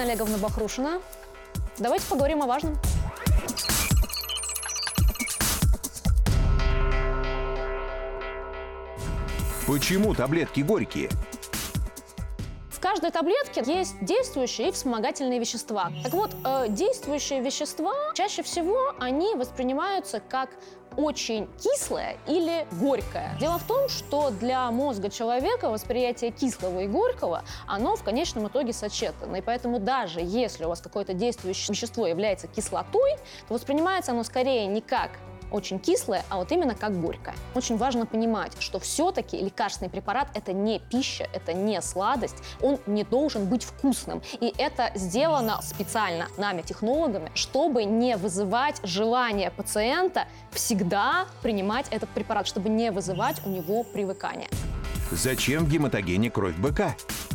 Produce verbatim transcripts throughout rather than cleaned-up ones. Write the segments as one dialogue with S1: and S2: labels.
S1: Елена Олеговна Бахрушина. Давайте поговорим о важном.
S2: Почему таблетки горькие?
S1: В каждой таблетке есть действующие и вспомогательные вещества. Так вот, э, действующие вещества, чаще всего они воспринимаются как очень кислое или горькое. Дело в том, что для мозга человека восприятие кислого и горького, оно в конечном итоге сочетано. И поэтому даже если у вас какое-то действующее вещество является кислотой, то воспринимается оно скорее не как очень кислое, а вот именно как горькое. Очень важно понимать, что все-таки лекарственный препарат – это не пища, это не сладость, он не должен быть вкусным. И это сделано специально нами, технологами, чтобы не вызывать желание пациента всегда принимать этот препарат, чтобы не вызывать у него привыкания.
S2: Зачем в гематогене кровь быка?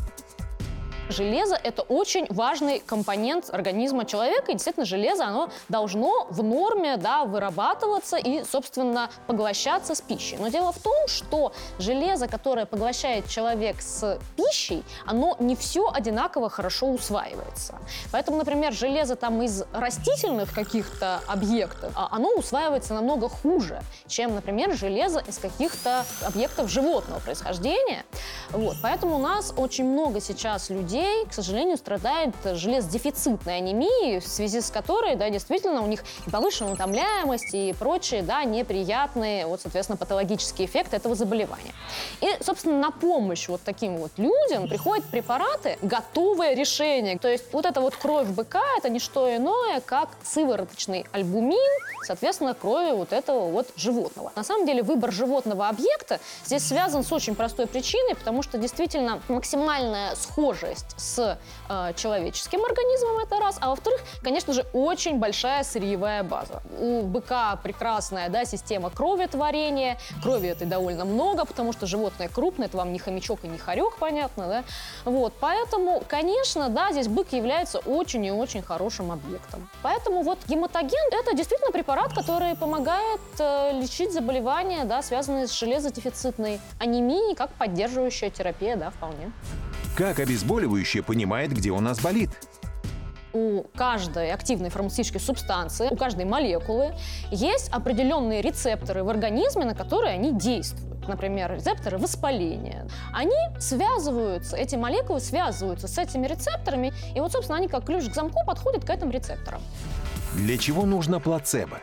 S1: Железо – это очень важный компонент организма человека, и действительно железо, оно должно в норме, да, вырабатываться и, собственно, поглощаться с пищей. Но дело в том, что железо, которое поглощает человек с пищей, оно не все одинаково хорошо усваивается. Поэтому, например, железо там из растительных каких-то объектов, оно усваивается намного хуже, чем, например, железо из каких-то объектов животного происхождения. Вот. Поэтому у нас очень много сейчас людей, к сожалению, страдает железодефицитной анемией, в связи с которой, да, действительно, у них и повышенная утомляемость и прочие, да, неприятные, вот, соответственно, патологические эффекты этого заболевания. И, собственно, на помощь вот таким вот людям приходят препараты, готовое решение. То есть вот эта вот кровь быка – это не что иное, как сывороточный альбумин, соответственно, крови вот этого вот животного. На самом деле выбор животного объекта здесь связан с очень простой причиной, потому что действительно максимальная схожесть с э, человеческим организмом, это раз, а во-вторых, конечно же, очень большая сырьевая база. У быка прекрасная, да, система кроветворения, крови этой довольно много, потому что животное крупное, это вам не хомячок и не хорек, понятно, да, вот, поэтому, конечно, да, здесь бык является очень и очень хорошим объектом. Поэтому вот гематоген – это действительно препарат, который помогает э, лечить заболевания, да, связанные с железодефицитной анемией, как поддерживающая терапия, да, вполне.
S2: Как обезболивающее понимает, где у нас болит?
S1: У каждой активной фармацевтической субстанции, у каждой молекулы есть определенные рецепторы в организме, на которые они действуют. Например, рецепторы воспаления. Они связываются, эти молекулы связываются с этими рецепторами, и вот, собственно, они как ключ к замку подходят к этим рецепторам.
S2: Для чего нужно плацебо?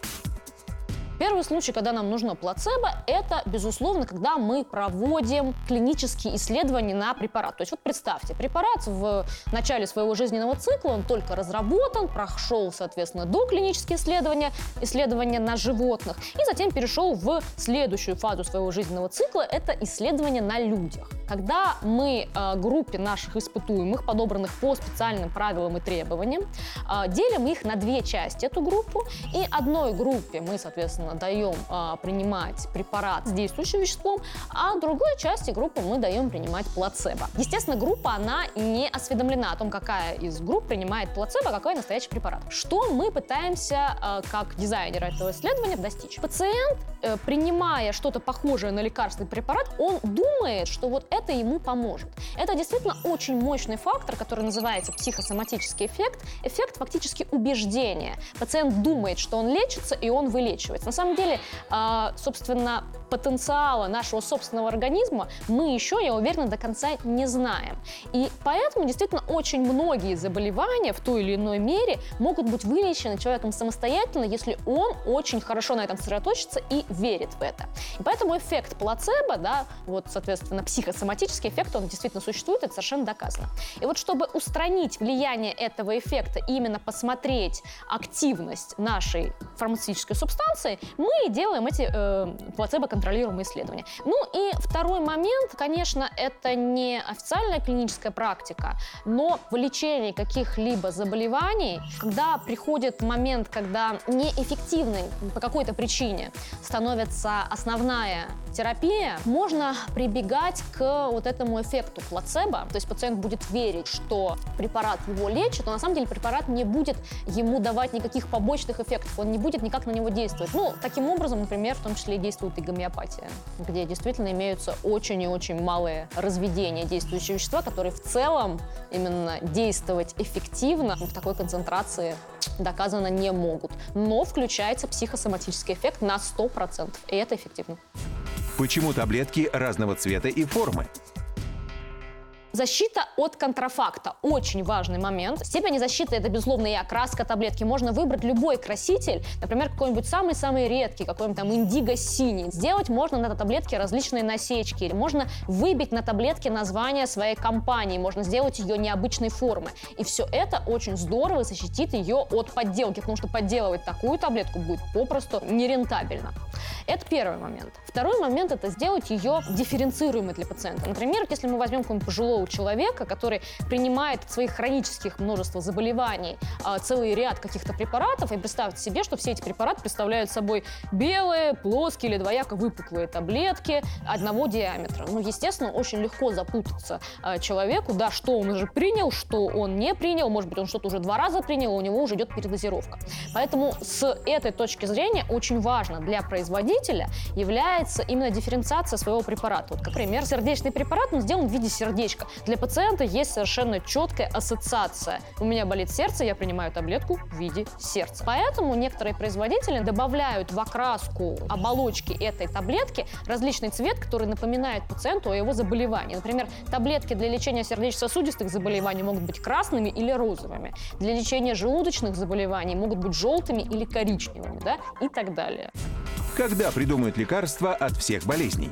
S1: Первый случай, когда нам нужно плацебо, это, безусловно, когда мы проводим клинические исследования на препарат. То есть вот представьте, препарат в начале своего жизненного цикла, он только разработан, прошел, соответственно, доклинические исследования, исследования на животных, и затем перешел в следующую фазу своего жизненного цикла, это исследования на людях. Когда мы э, группе наших испытуемых, подобранных по специальным правилам и требованиям, э, делим их на две части, эту группу, и одной группе мы, соответственно, даем а, принимать препарат с действующим веществом, а другой части группы мы даем принимать плацебо. Естественно, группа, она не осведомлена о том, какая из групп принимает плацебо, а какой настоящий препарат. Что мы пытаемся, а, как дизайнеры этого исследования, достичь? Пациент, э, принимая что-то похожее на лекарственный препарат, он думает, что вот это ему поможет. Это действительно очень мощный фактор, который называется психосоматический эффект, эффект фактически убеждения. Пациент думает, что он лечится, и он вылечивается. На самом деле, собственно, потенциала нашего собственного организма мы еще, я уверена, до конца не знаем. И поэтому действительно очень многие заболевания в той или иной мере могут быть вылечены человеком самостоятельно, если он очень хорошо на этом сосредоточится и верит в это. И поэтому эффект плацебо, да, вот, соответственно, психосоматический эффект, он действительно существует, это совершенно доказано. И вот чтобы устранить влияние этого эффекта, именно посмотреть активность нашей фармацевтической субстанции, мы делаем эти э, плацебо-контролируемые исследования. Ну и второй момент, конечно, это не официальная клиническая практика, но в лечении каких-либо заболеваний, когда приходит момент, когда неэффективной по какой-то причине становится основная терапия, можно прибегать к вот этому эффекту плацебо. То есть пациент будет верить, что препарат его лечит, но на самом деле препарат не будет ему давать никаких побочных эффектов, он не будет никак на него действовать. Ну, таким образом, например, в том числе действует и гомеопатия. гомеопатия, где действительно имеются очень и очень малые разведения действующего вещества, которые в целом именно действовать эффективно в такой концентрации доказано не могут. Но включается психосоматический эффект на сто процентов, и это эффективно.
S2: Почему таблетки разного цвета и формы?
S1: Защита от контрафакта – очень важный момент. Степень защиты – это, безусловно, и окраска таблетки. Можно выбрать любой краситель, например, какой-нибудь самый-самый редкий, какой-нибудь там индиго-синий. Сделать можно на этой таблетке различные насечки. Или можно выбить на таблетке название своей компании. Можно сделать ее необычной формы. И все это очень здорово защитит ее от подделки, потому что подделывать такую таблетку будет попросту нерентабельно. Это первый момент. Второй момент – это сделать ее дифференцируемой для пациента. Например, если мы возьмем какого-нибудь пожилого человека, который принимает от своих хронических множества заболеваний а, целый ряд каких-то препаратов, и представьте себе, что все эти препараты представляют собой белые, плоские или двояко выпуклые таблетки одного диаметра. Ну, естественно, очень легко запутаться а, человеку, да, что он уже принял, что он не принял, может быть, он что-то уже два раза принял, у него уже идет передозировка. Поэтому с этой точки зрения очень важно для производителя является именно дифференциация своего препарата. Вот, как пример, сердечный препарат, он сделан в виде сердечка. Для пациента есть совершенно четкая ассоциация. У меня болит сердце, я принимаю таблетку в виде сердца. Поэтому некоторые производители добавляют в окраску оболочки этой таблетки различный цвет, который напоминает пациенту о его заболевании. Например, таблетки для лечения сердечно-сосудистых заболеваний могут быть красными или розовыми. Для лечения желудочных заболеваний могут быть желтыми или коричневыми, да, и так далее.
S2: Когда придумают лекарства от всех болезней?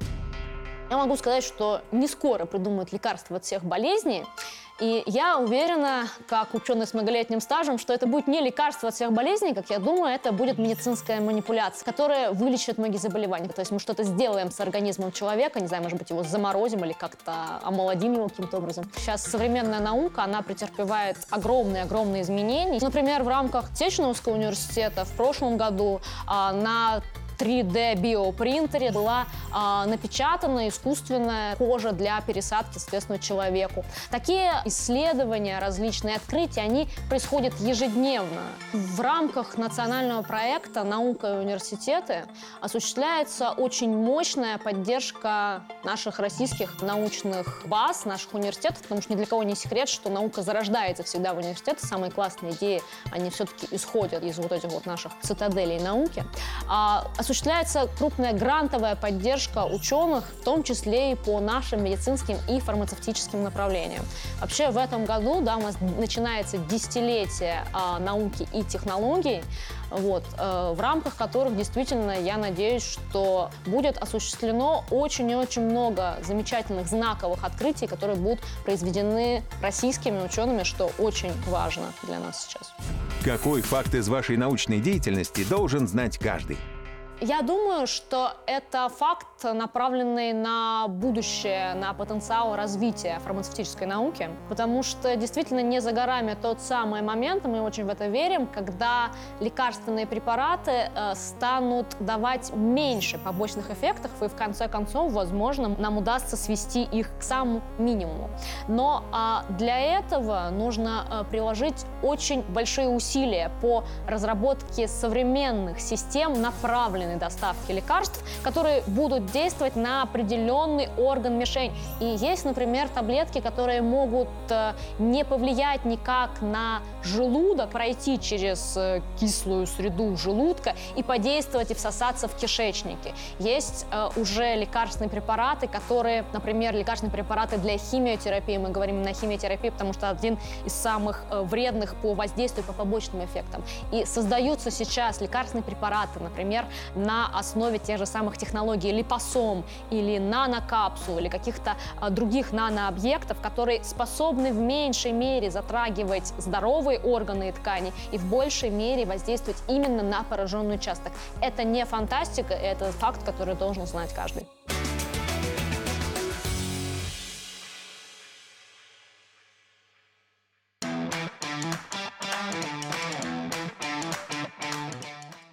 S1: Я могу сказать, что не скоро придумают лекарства от всех болезней. И я уверена, как ученый с многолетним стажем, что это будет не лекарство от всех болезней, как я думаю, это будет медицинская манипуляция, которая вылечит многие заболевания. То есть мы что-то сделаем с организмом человека, не знаю, может быть, его заморозим или как-то омолодим его каким-то образом. Сейчас современная наука, она претерпевает огромные-огромные изменения. Например, в рамках Течновского университета в прошлом году а, на три дэ биопринтере была э, напечатана искусственная кожа для пересадки, соответственно, человеку. Такие исследования, различные открытия, они происходят ежедневно. В рамках национального проекта «Наука и университеты» осуществляется очень мощная поддержка наших российских научных баз, наших университетов, потому что ни для кого не секрет, что наука зарождается всегда в университетах. Самые классные идеи, они все-таки исходят из вот этих вот наших цитаделей науки. А, осуществляется крупная грантовая поддержка ученых, в том числе и по нашим медицинским и фармацевтическим направлениям. Вообще в этом году, да, у нас начинается десятилетие а, науки и технологий, вот, э, в рамках которых действительно, я надеюсь, что будет осуществлено очень и очень много замечательных знаковых открытий, которые будут произведены российскими учеными, что очень важно для нас сейчас.
S2: Какой факт из вашей научной деятельности должен знать каждый?
S1: Я думаю, что это факт, направленный на будущее, на потенциал развития фармацевтической науки, потому что действительно не за горами тот самый момент, мы очень в это верим, когда лекарственные препараты э, станут давать меньше побочных эффектов, и в конце концов, возможно, нам удастся свести их к самому минимуму. Но э, для этого нужно э, приложить очень большие усилия по разработке современных систем направленной доставки лекарств, которые будут действовать на определенный орган-мишень. И есть, например, таблетки, которые могут э, не повлиять никак на желудок, пройти через э, кислую среду желудка и подействовать и всосаться в кишечнике. Есть э, уже лекарственные препараты, которые, например, лекарственные препараты для химиотерапии. Мы говорим на химиотерапии, потому что один из самых э, вредных по воздействию, по побочным эффектам. И создаются сейчас лекарственные препараты, например, на основе тех же самых технологий липосом или нанокапсул или каких-то а, других нанообъектов, которые способны в меньшей мере затрагивать здоровые органы и ткани и в большей мере воздействовать именно на пораженный участок. Это не фантастика, это факт, который должен знать каждый.